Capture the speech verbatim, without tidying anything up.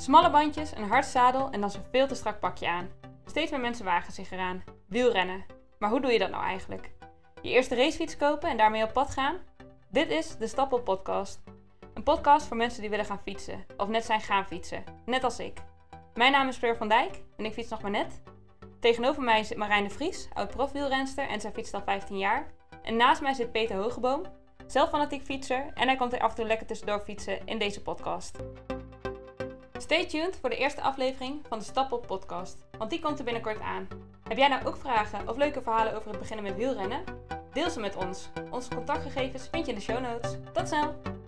Smalle bandjes, een hard zadel en dan zo'n veel te strak pakje aan. Steeds meer mensen wagen zich eraan. Wielrennen. Maar hoe doe je dat nou eigenlijk? Je eerste racefiets kopen en daarmee op pad gaan? Dit is de Stappel Podcast. Een podcast voor mensen die willen gaan fietsen. Of net zijn gaan fietsen. Net als ik. Mijn naam is Fleur van Dijk en ik fiets nog maar net. Tegenover mij zit Marijn de Vries, oud-profwielrenster en zij fietst al vijftien jaar. En naast mij zit Peter Hogeboom, zelf fanatiek fietser en hij komt er af en toe lekker tussendoor fietsen in deze podcast. Stay tuned voor de eerste aflevering van de Stappel Podcast, want die komt er binnenkort aan. Heb jij nou ook vragen of leuke verhalen over het beginnen met wielrennen? Deel ze met ons. Onze contactgegevens vind je in de show notes. Tot snel!